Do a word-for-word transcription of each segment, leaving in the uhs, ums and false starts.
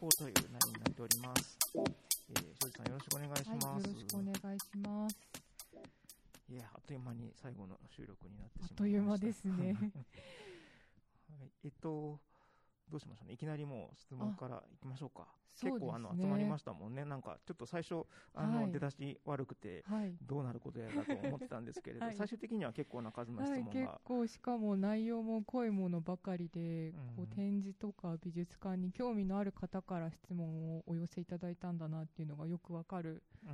報という内容になっております。えー、庄司さんよろしくお願いします。 はい、よろしくお願いします。 いや、あっという間に最後の収録になってしまいました。 あっという間ですね。 はい、えっとどうしましょうね。いきなりもう質問からいきましょうか。 そうですね、 結構あの集まりましたもんね。なんかちょっと最初あの、はい、出だし悪くて、はい、どうなることやらと思ってたんですけれど、はい、最終的には結構な数の質問が、はい、 結構しかも内容も濃いものばかりで、うん、こう展示とか美術館に興味のある方から質問をお寄せいただいたんだなっていうのがよくわかる、うん、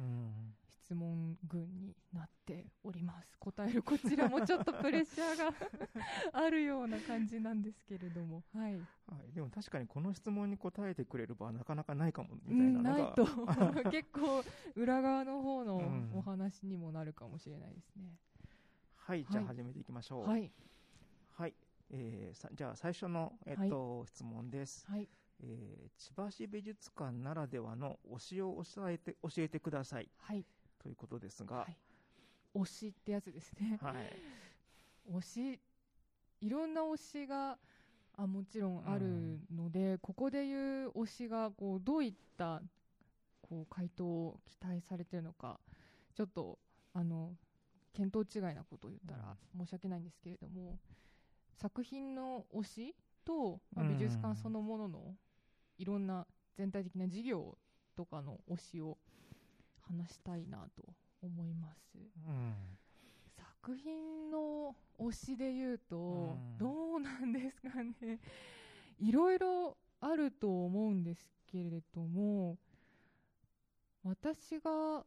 質問群になっております。答えるこちらもちょっとプレッシャーがあるような感じなんですけれども、はい、 はい、でも確かにこの質問に答えてくれる場はなかなかないかもみたいなのが、 うん、ないと結構裏側の方のお話にもなるかもしれないですね。 うん、はい、じゃあ始めていきましょう。はい、はい、えー、さじゃあ最初の、えっとはい、質問です。はい、えー、千葉市美術館ならではの推しを教えて教えてください、はい、ということですが、はい、 推しってやつですね。はい、推し、いろんな推しがあもちろんあるので、うん、ここでいう推しがこうどういったこう回答を期待されているのか、ちょっとあの見当違いなことを言ったら申し訳ないんですけれども、うん、作品の推しと、まあ、美術館そのもののいろんな全体的な事業とかの推しを話したいなと思います。うん、作品の推しで言うと、うん、どうなんですかね。いろいろあると思うんですけれども、私が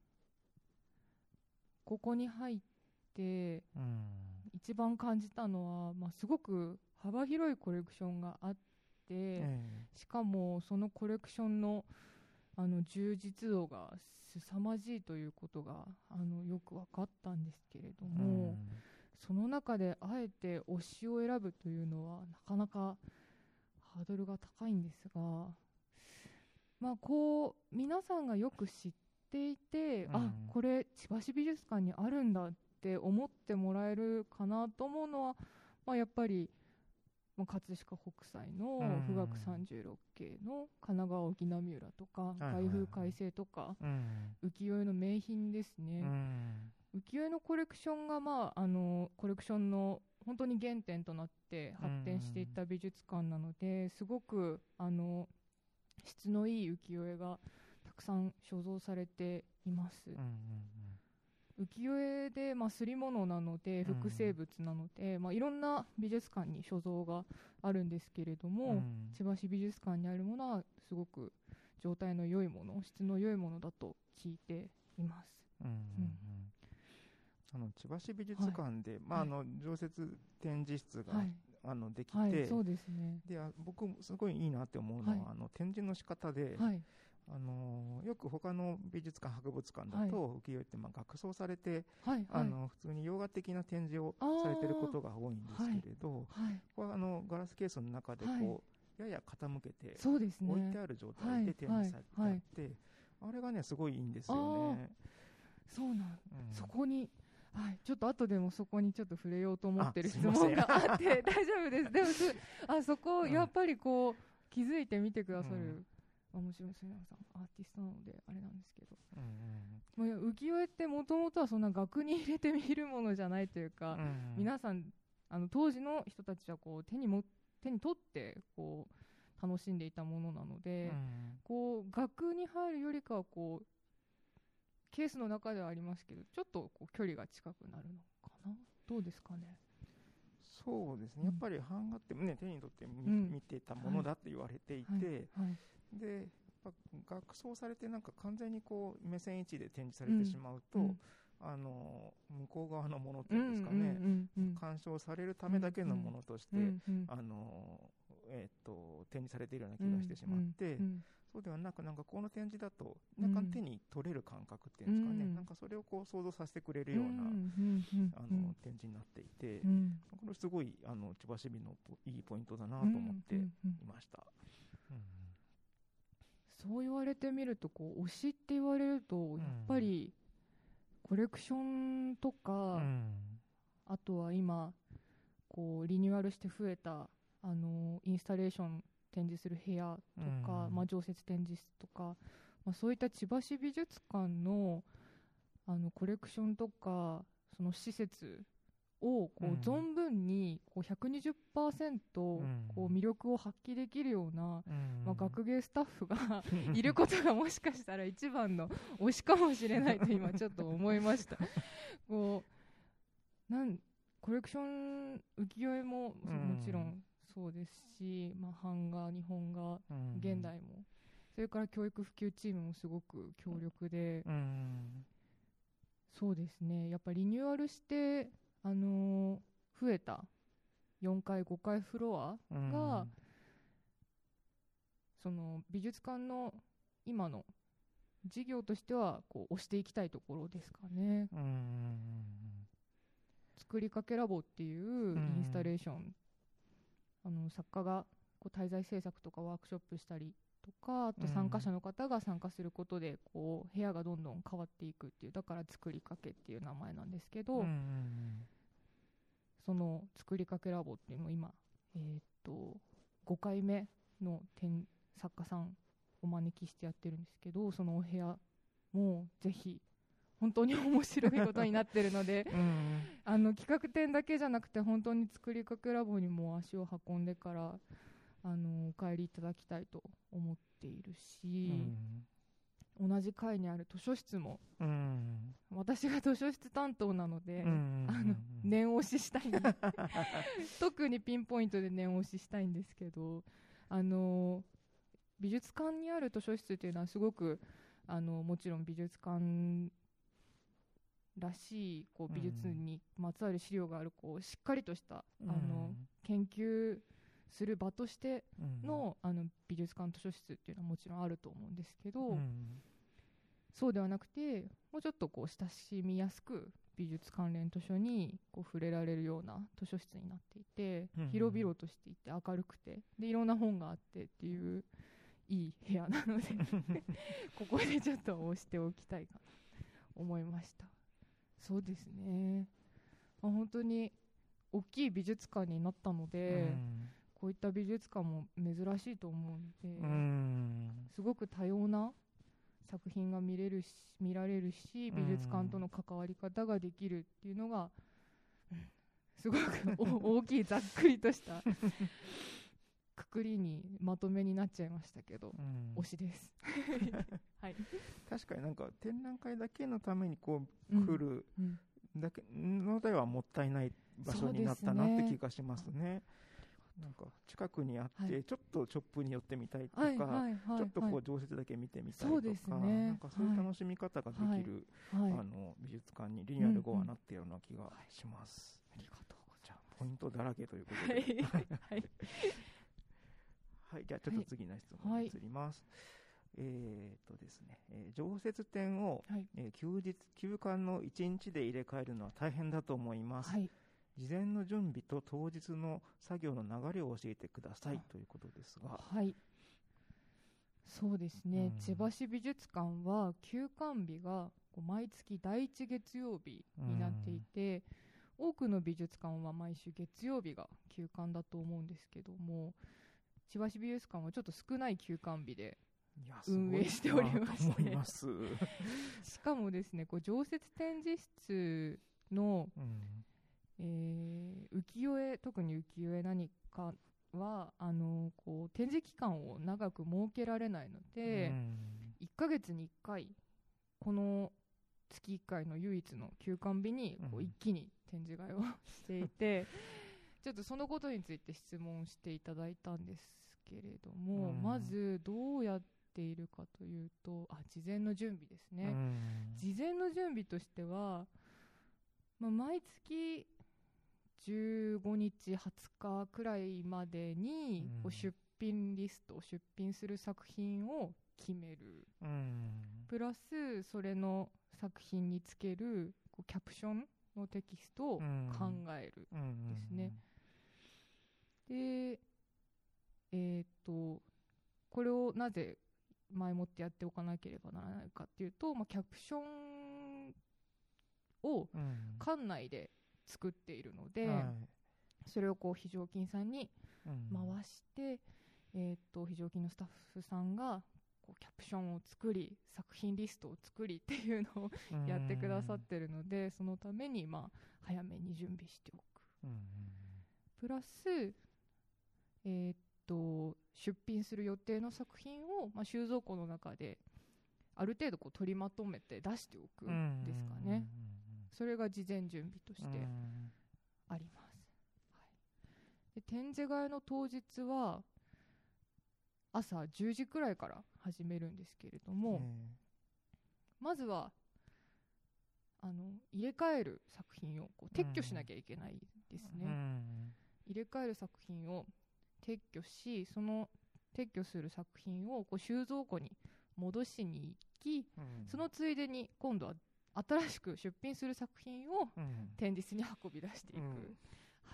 ここに入って一番感じたのは、まあ、すごく幅広いコレクションがあって、うん、しかもそのコレクションのあの充実度が凄まじいということがあのよく分かったんですけれども、うん、その中であえて推しを選ぶというのはなかなかハードルが高いんですが、まあ、こう皆さんがよく知っていて、うん、あこれ千葉市美術館にあるんだって思ってもらえるかなと思うのは、まあ、やっぱり葛飾北斎の富岳さんじゅうろっけいの神奈川沖浪浦とか外風快晴とか浮世絵の名品ですね。浮世絵のコレクションが、まあ、あのコレクションの本当に原点となって発展していった美術館なので、すごくあの質のいい浮世絵がたくさん所蔵されています。浮世絵で、まあ、刷り物なので複製物なので、うんまあ、いろんな美術館に所蔵があるんですけれども、うん、千葉市美術館にあるものはすごく状態の良いもの、質の良いものだと聞いています。うんうんうん、 あの千葉市美術館で、はいまあ、あの常設展示室が、はい、あのできて、はいそうですね、で僕すごいいいなって思うのは、はい、あの展示の仕方で、はいあのー、よく他の美術館博物館だと、はい、浮世絵ってまあ額装されて、はいはい、あの普通に洋画的な展示をされていることが多いんですけれど、はいはい、これはあのガラスケースの中でこう、はい、やや傾けて置いてある状態で展示されてあって、はいはい、あれがねすごいいいんですよね。 そうなん、うん、そこにはい、ちょっと後でもそこにちょっと触れようと思ってる質問があって大丈夫です。でもあそこやっぱりこう、うん、気づいてみてくださる、うんあもちろん杉山さんアーティストなのであれなんですけど、うんうん、浮世絵ってもともとはそんな額に入れて見るものじゃないというか、うんうん、皆さんあの当時の人たちはこう手にも手に取ってこう楽しんでいたものなので、うん、こう額に入るよりかはこうケースの中ではありますけどちょっとこう距離が近くなるのかな。どうですかね。 そうですね、やっぱり版画って、ね、手に取って 見,、うん、見てたものだって言われていて、はいはいはい、で額装されてなんか完全にこう目線位置で展示されてしまうと、うん、あの向こう側のものっていうんですかね、うんうんうんうん、鑑賞されるためだけのものとして、うんうん、あのえー、と展示されているような気がしてしまって、うんうん、そうではなくなんかこの展示だとなんか手に取れる感覚っていうんですかね、うん、なんかそれをこう想像させてくれるような、うんうんうん、あの展示になっていて、うん、これすごいあの千葉市美のいいポイントだなと思っていました。うんうんうん、 そう言われてみるとこう推しって言われるとやっぱりコレクションとか、うん、あとは今こうリニューアルして増えたあのインスタレーション展示する部屋とか、 うんまあ、常設展示室とか、まあ、そういった千葉市美術館の、あのコレクションとかその施設をこううん存分にこう ひゃくにじゅっパーセント こう魅力を発揮できるような、 うんまあ、学芸スタッフがいることがもしかしたら一番の推しかもしれないと今ちょっと思いましたこうなんコレクション浮世絵ももちろんそうですし、まあ、版画日本画現代も、それから教育普及チームもすごく強力で、そうですね、やっぱりリニューアルしてあのー、増えたよんかいごかいフロアが、うん、その美術館の今の事業としてはこう推していきたいところですかね。うん、作りかけラボっていうインスタレーション、うん、あの作家がこう滞在制作とかワークショップしたりとか、あと参加者の方が参加することでこう部屋がどんどん変わっていくっていう、だから作りかけっていう名前なんですけど、うんうんうん、その作りかけラボっていうのを今、えー、っとごかいめの展作家さんお招きしてやってるんですけど、そのお部屋もぜひ本当に面白いことになってるのでうん、うん、あの企画展だけじゃなくて本当に作りかけラボにも足を運んでからあのお帰りいただきたいと思っているし、うん、同じ階にある図書室も、うん、私が図書室担当なので、うん、あの念押ししたい特にピンポイントで念押ししたいんですけど、あの美術館にある図書室っていうのはすごくあのもちろん美術館らしいこう美術にまつわる資料があるこうしっかりとした、うん、あの研究する場としての、うん、あの美術館図書室っていうのはもちろんあると思うんですけど、うん、そうではなくてもうちょっとこう親しみやすく美術関連図書にこう触れられるような図書室になっていて、うん、広々としていて明るくてでいろんな本があってっていういい部屋なのでここでちょっと押しておきたいかなと思いました。そうですね、まあ、本当に大きい美術館になったので、うんこういった美術館も珍しいと思うので、うん、すごく多様な作品が見れるし見られるし、美術館との関わり方ができるっていうのが、うん、すごく大きいざっくりとしたくくりにまとめになっちゃいましたけど、うん、推しです、はい、 確かになんか展覧会だけのためにこう来るだけのではもったいない場所になったなって気がしますね。なんか近くにあって、はい、ちょっとチョップに寄ってみたいとか、はいはいはいはい、ちょっとこう常設だけ見てみたいとか、そうですね、なんかそういう楽しみ方ができる、はい、あの美術館にリニューアル後はなっているような気がします、うんうん、ありがとうございます。じゃあポイントだらけということで、はいはいはい、じゃあちょっと次の質問に移ります、はい、えー、っとですね、えー、常設展を、はいえー、休日休館のいちにちで入れ替えるのは大変だと思います、はい、事前の準備と当日の作業の流れを教えてくださいということですが、 はい、そうですね、うん、千葉市美術館は休館日が毎月だいいち月曜日になっていて、うん、多くの美術館は毎週月曜日が休館だと思うんですけども、千葉市美術館はちょっと少ない休館日で運営しておりまして、ますしかもですね、こう常設展示室の、うんえー、浮世絵特に浮世絵何かはあのこう展示期間を長く設けられないので、うん、いっかげつにいっかいこの月いっかいの唯一の休館日にこう一気に展示会をしていて、うん、ちょっとそのことについて質問していただいたんですけれども、うん、まずどうやっているかというと、あ事前の準備ですね、うん、事前の準備としては、まあ、毎月じゅうごにちはつかくらいまでにこう出品リストを出品する作品を決める、うん、プラスそれの作品につけるこうキャプションのテキストを考えるですね、うんうん、でえー、っとこれをなぜ前もってやっておかなければならないかっていうと、まあ、キャプションを館内で作っているので、うんはい、それをこう非常勤さんに回して、うんえー、と非常勤のスタッフさんがこうキャプションを作り作品リストを作りっていうのをやってくださってるので、そのためにまあ早めに準備しておく。プラス、えー、と出品する予定の作品を、まあ、収蔵庫の中である程度こう取りまとめて出しておくですかね。それが事前準備としてあります。はい、で展示会の当日は朝じゅうじくらいから始めるんですけれども、まずはあの入れ替える作品をこう撤去しなきゃいけないですね。入れ替える作品を撤去し、その撤去する作品をこう収蔵庫に戻しに行き、そのついでに今度は新しく出品する作品を展示室に運び出していく、うんはい、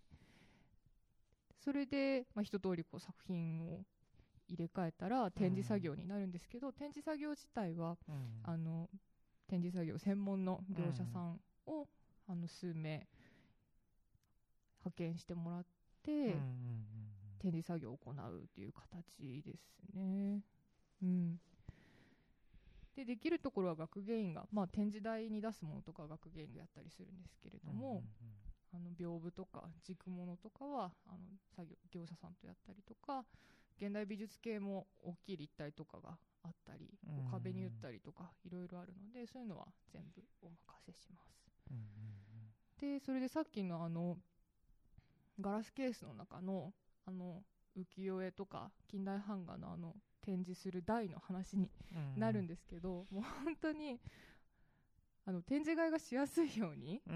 それで、まあ、一通りこう作品を入れ替えたら展示作業になるんですけど、うん、展示作業自体は、うん、あの展示作業専門の業者さんを、うん、あの数名派遣してもらって、うんうんうん、展示作業を行うという形ですね。うんでできるところは学芸員が、まあ、展示台に出すものとか学芸員がやったりするんですけれども、うんうんうん、あの屏風とか軸物とかはあの作業業者さんとやったりとか、現代美術系も大きい立体とかがあったり、うんうん、壁に打ったりとかいろいろあるので、そういうのは全部お任せします、うんうんうん、でそれでさっきのあのガラスケースの中のあの浮世絵とか近代版画のあの展示する台の話になるんですけど、うん、もう本当にあの展示会がしやすいように、うん、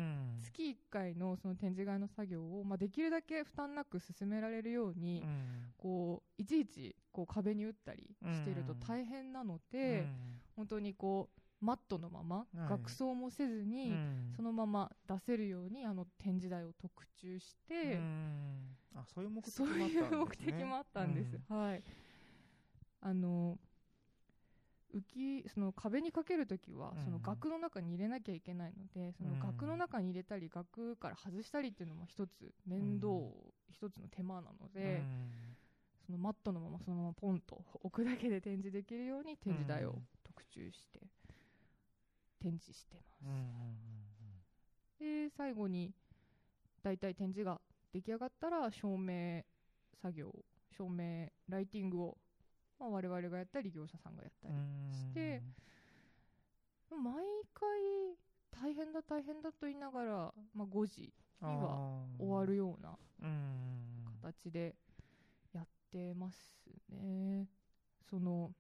月いっかい の, その展示会の作業を、まあ、できるだけ負担なく進められるように、うん、こういちいちこう壁に打ったりしていると大変なので、うん、本当にこうマットのまま、はい、額装もせずに、うん、そのまま出せるようにあの展示台を特注して、うん、 あそういう目的もあったんですね。そういう目的もあったんです、うんはいあの浮きその壁にかけるときは、うん、その額の中に入れなきゃいけないので、その額の中に入れたり額から外したりっていうのも一つ面倒、うん、一つの手間なので、うん、そのマットのままそのままポンと置くだけで展示できるように展示台を特注して展示してます、うん、で最後にだいたい展示が出来上がったら照明作業照明ライティングをまあ、我々がやったり業者さんがやったりして、毎回大変だ大変だと言いながら、まあ、ごじには終わるような形でやってますね。その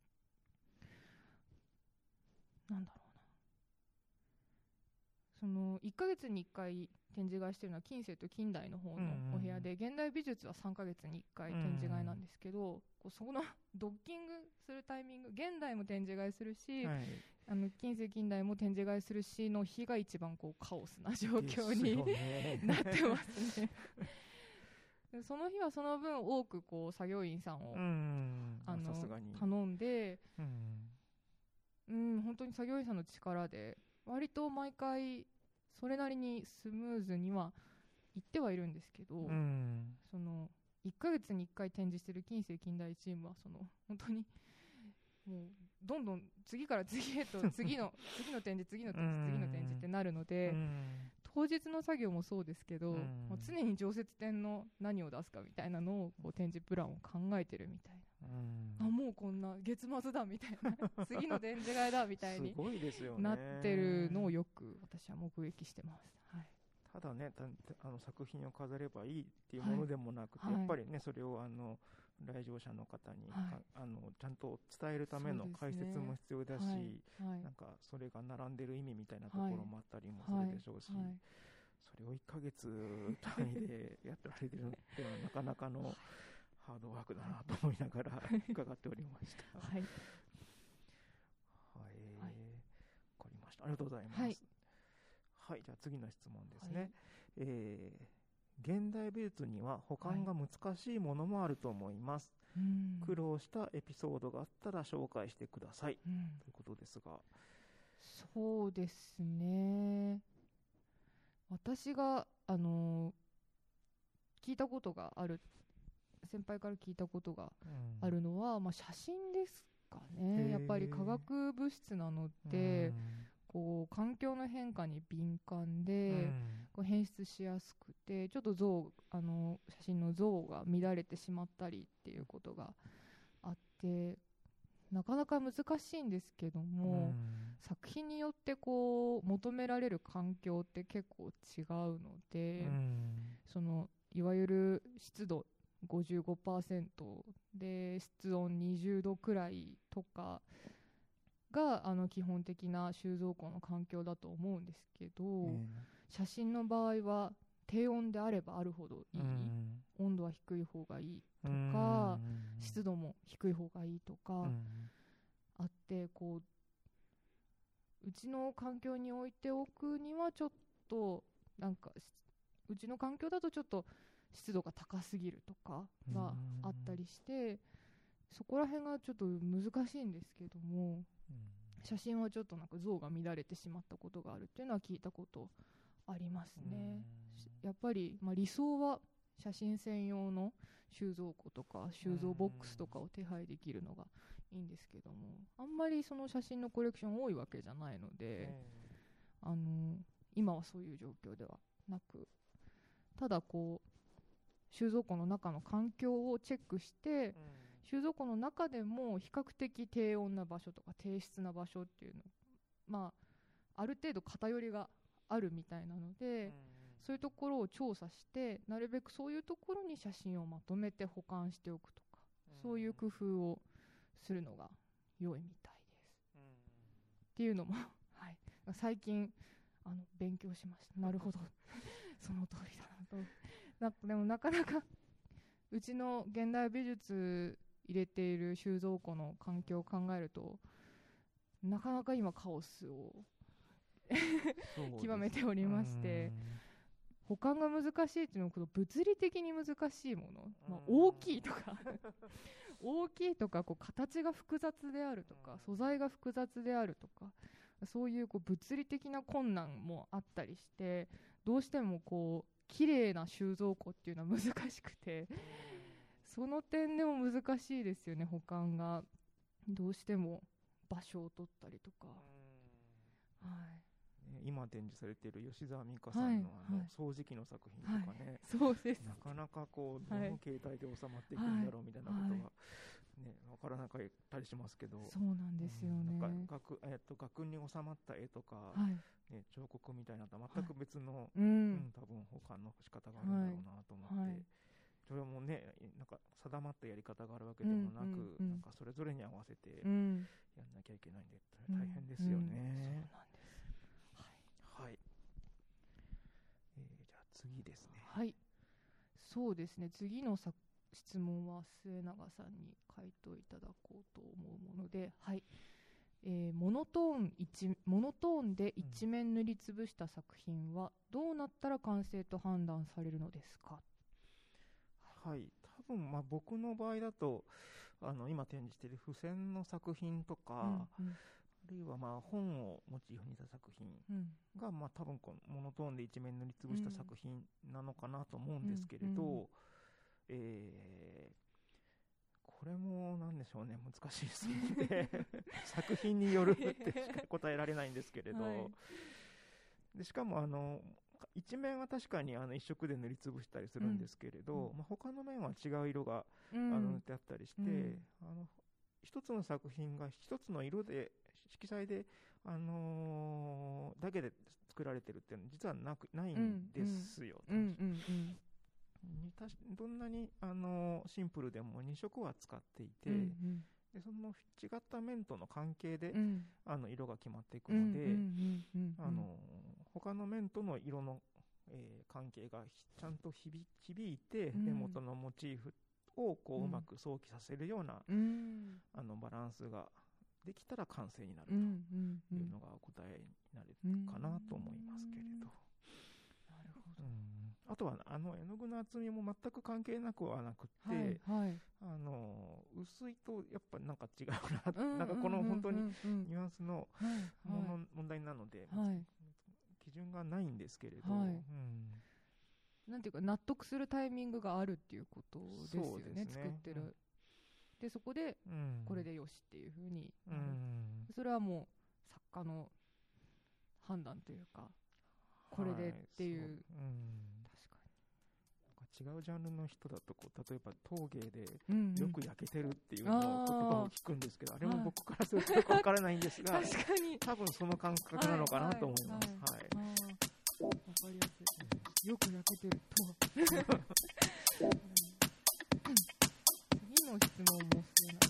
なんだろうなそのいっかげつにいっかい展示会してるのは近世と近代の方のお部屋で、現代美術はさんかげつにいっかい展示会なんですけど、こうそのドッキングするタイミング、現代も展示会するし、はい、あの近世近代も展示会するしの日が一番こうカオスな状況に、ね、なってますねその日はその分多くこう作業員さんを、うん、あの頼んで、うん、うん、本当に作業員さんの力で割と毎回それなりにスムーズには行ってはいるんですけど、うん、そのいっかげつにいっかい展示してる近世近代チームはその本当にもうどんどん次から次へと次の次の展示次の展示次の展示ってなるので、うん、当日の作業もそうですけど、うん、もう常に常設展の何を出すかみたいなのをこう展示プランを考えてるみたいな、うん、あもうこんな月末だみたいな次の展示会だみたいになってるのをよく私は目撃してます、はい、 ただね、あの作品を飾ればいいっていうものでもなくて、はい、やっぱりねそれをあの来場者の方に、はい、あのちゃんと伝えるための解説も必要だし、ねはい、なんかそれが並んでる意味みたいなところもあったりもするでしょうし、はいはい、それをいっかげつ単位でやってられてるっていうのはなかなかのハードワークだなと思いながら伺っておりました。はい、はい、はい、わかりました。ありがとうございます。はい、はい、じゃあ次の質問ですね。はい、えー現代美術には保管が難しいものもあると思います、はい、苦労したエピソードがあったら紹介してください、うん、ということですが。 そうですね、私が、あのー、聞いたことがある先輩から聞いたことがあるのは、うん、まあ、写真ですかね。やっぱり化学物質なので、うん、こう環境の変化に敏感で、うん、こう変質しやすくて、ちょっと像あの写真の像が乱れてしまったりっていうことがあって、なかなか難しいんですけども、うん、作品によってこう求められる環境って結構違うので、うん、そのいわゆる湿度 ごじゅうごパーセント で室温にじゅうどくらいとかがあの基本的な収蔵庫の環境だと思うんですけど、うん、写真の場合は低温であればあるほどいい、うん、温度は低い方がいいとか、うん、湿度も低い方がいいとか、うん、あって、こううちの環境に置いておくにはちょっとなんかうちの環境だとちょっと湿度が高すぎるとかがあったりして、うん、そこら辺がちょっと難しいんですけども、うん、写真はちょっとなんか像が乱れてしまったことがあるっていうのは聞いたことありますね。やっぱり、まあ、理想は写真専用の収蔵庫とか収蔵ボックスとかを手配できるのがいいんですけども、あんまりその写真のコレクション多いわけじゃないので、あの今はそういう状況ではなく、ただこう収蔵庫の中の環境をチェックして、収蔵庫の中でも比較的低温な場所とか低湿な場所っていうの、まあある程度偏りがあるみたいなので、うん、そういうところを調査してなるべくそういうところに写真をまとめて保管しておくとか、うん、そういう工夫をするのが良いみたいです、うん、っていうのも、はい、最近あの勉強しました。なるほどその通りだなと。なでもなかなかうちの現代美術入れている収蔵庫の環境を考えると、なかなか今カオスを極めておりまして、保管が難しいっていうのは物理的に難しいもの、まあ、大きいとか大きいとかこう形が複雑であるとか素材が複雑であるとか、そういうこう物理的な困難もあったりして、どうしてもこう綺麗な収蔵庫っていうのは難しくて、その点でも難しいですよね。保管がどうしても場所を取ったりとか、はい、 今展示されている吉沢美香さんの、あの掃除機の作品とかね、はい、 そうです。 なかなかこうどの形態で収まっていくんだろうみたいなことが、ね、分からなかったりしますけど、 そうなんですよね。 なんか額、えっと、額に収まった絵とか、はいね、彫刻みたいなとは全く別の、はいうん、多分保管の仕方があるんだろうなと思って、はいはい、それもね、なんか定まったやり方があるわけでもなく、うんうんうん、なんかそれぞれに合わせてやんなきゃいけないんで、大変ですよね。うんうん、そうなんです。はい、えー、じゃあ次ですね。 はい、そうですね。次のさ質問は末永さんに回答いただこうと思うもので、はい、えー、モノトーン一モノトーンで一面塗りつぶした作品はどうなったら完成と判断されるのですか。 はい、多分まあ僕の場合だとあの今展示している付箋の作品とか、うんうん、あるいはまあ本をモチーフにした作品が、まあ多分このモノトーンで一面塗りつぶした作品なのかなと思うんですけれど、うんうん、えー、これもなんでしょうね、難しいですね作品によるってしか答えられないんですけれど、はい、でしかもあの一面は確かにあの一色で塗りつぶしたりするんですけれど、うんまあ、他の面は違う色が、うん、あの塗ってあったりして、うん、あの一つの作品が一つの色で色彩で、あのー、だけで作られてるっていうのは実はなくないんですよ。どんなに、あのー、シンプルでもに色は使っていて、うんうん、でその違った面との関係で、うん、あの色が決まっていくので、他の面との色の、えー、関係がちゃんと響、響いて、うん、根元のモチーフをこう、うん、うまく想起させるような、うん、あのバランスができたら完成になるというのが答えになるかなと思いますけれど、 なるほど、 うん、あとはあの絵の具の厚みも全く関係なくはなくて、はいはい、あの薄いとやっぱなんか違うな、うん、なんかこの本当にニュアンスのもの、はい、問題なので、はい、基準がないんですけれど、はい、うんなんていうか納得するタイミングがあるっていうことですよね、ね作ってる、うん、でそこでこれでよしっていうふうに、うん、それはもう作家の判断というかこれでっていう、はい、う、うん、確かに違うジャンルの人だとこう例えば陶芸でよく焼けてるっていうのを言葉を聞くんですけど、うんうん、あれも僕からするとよくわからないんですが、はい、確かに多分その感覚なのかなと思います。はい、はいはい、 わかりやすい。よく焼けてるとは。次の質問もしてない。